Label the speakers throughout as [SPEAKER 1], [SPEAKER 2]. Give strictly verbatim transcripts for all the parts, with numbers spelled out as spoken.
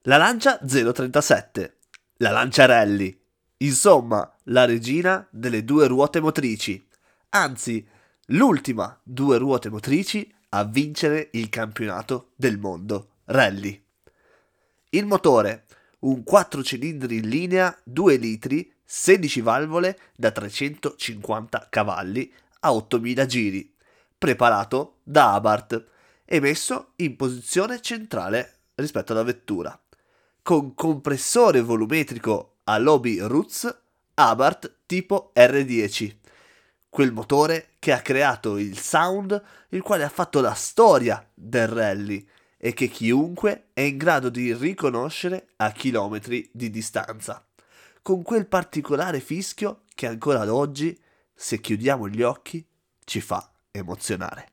[SPEAKER 1] La Lancia zero trentasette, la Lancia Rally, insomma, la regina delle due ruote motrici, anzi, l'ultima due ruote motrici a vincere il campionato del mondo rally. Il motore, un quattro cilindri in linea, due litri, sedici valvole da trecentocinquanta cavalli a ottomila giri, preparato da Abarth e messo in posizione centrale rispetto alla vettura. Con compressore volumetrico a Lobby Roots Abarth tipo R dieci, quel motore che ha creato il sound, il quale ha fatto la storia del rally e che chiunque è in grado di riconoscere a chilometri di distanza, con quel particolare fischio che ancora ad oggi, se chiudiamo gli occhi, ci fa emozionare.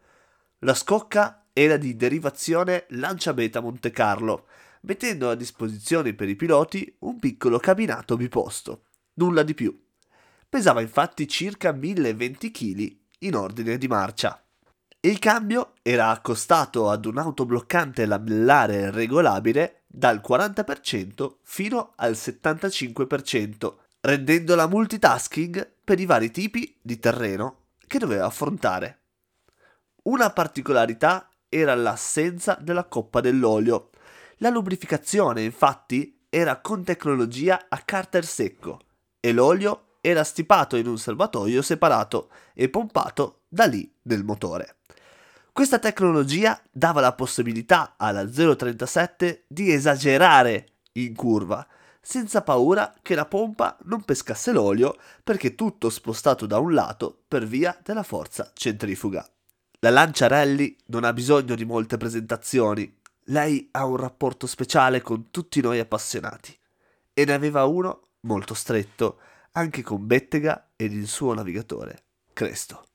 [SPEAKER 1] La scocca era di derivazione Lancia Beta Monte Carlo, mettendo a disposizione per i piloti un piccolo cabinato biposto, nulla di più. Pesava infatti circa milleventi chili in ordine di marcia. Il cambio era accostato ad un autobloccante lamellare regolabile dal quaranta per cento fino al settantacinque per cento, rendendola multitasking per i vari tipi di terreno che doveva affrontare. Una particolarità era l'assenza della coppa dell'olio. La lubrificazione, infatti, era con tecnologia a carter secco e l'olio era stipato in un serbatoio separato e pompato da lì nel motore. Questa tecnologia dava la possibilità alla zero trentasette di esagerare in curva, senza paura che la pompa non pescasse l'olio perché tutto spostato da un lato per via della forza centrifuga. La Lancia Rally non ha bisogno di molte presentazioni, lei ha un rapporto speciale con tutti noi appassionati e ne aveva uno molto stretto anche con Bettega ed il suo navigatore, Cresto.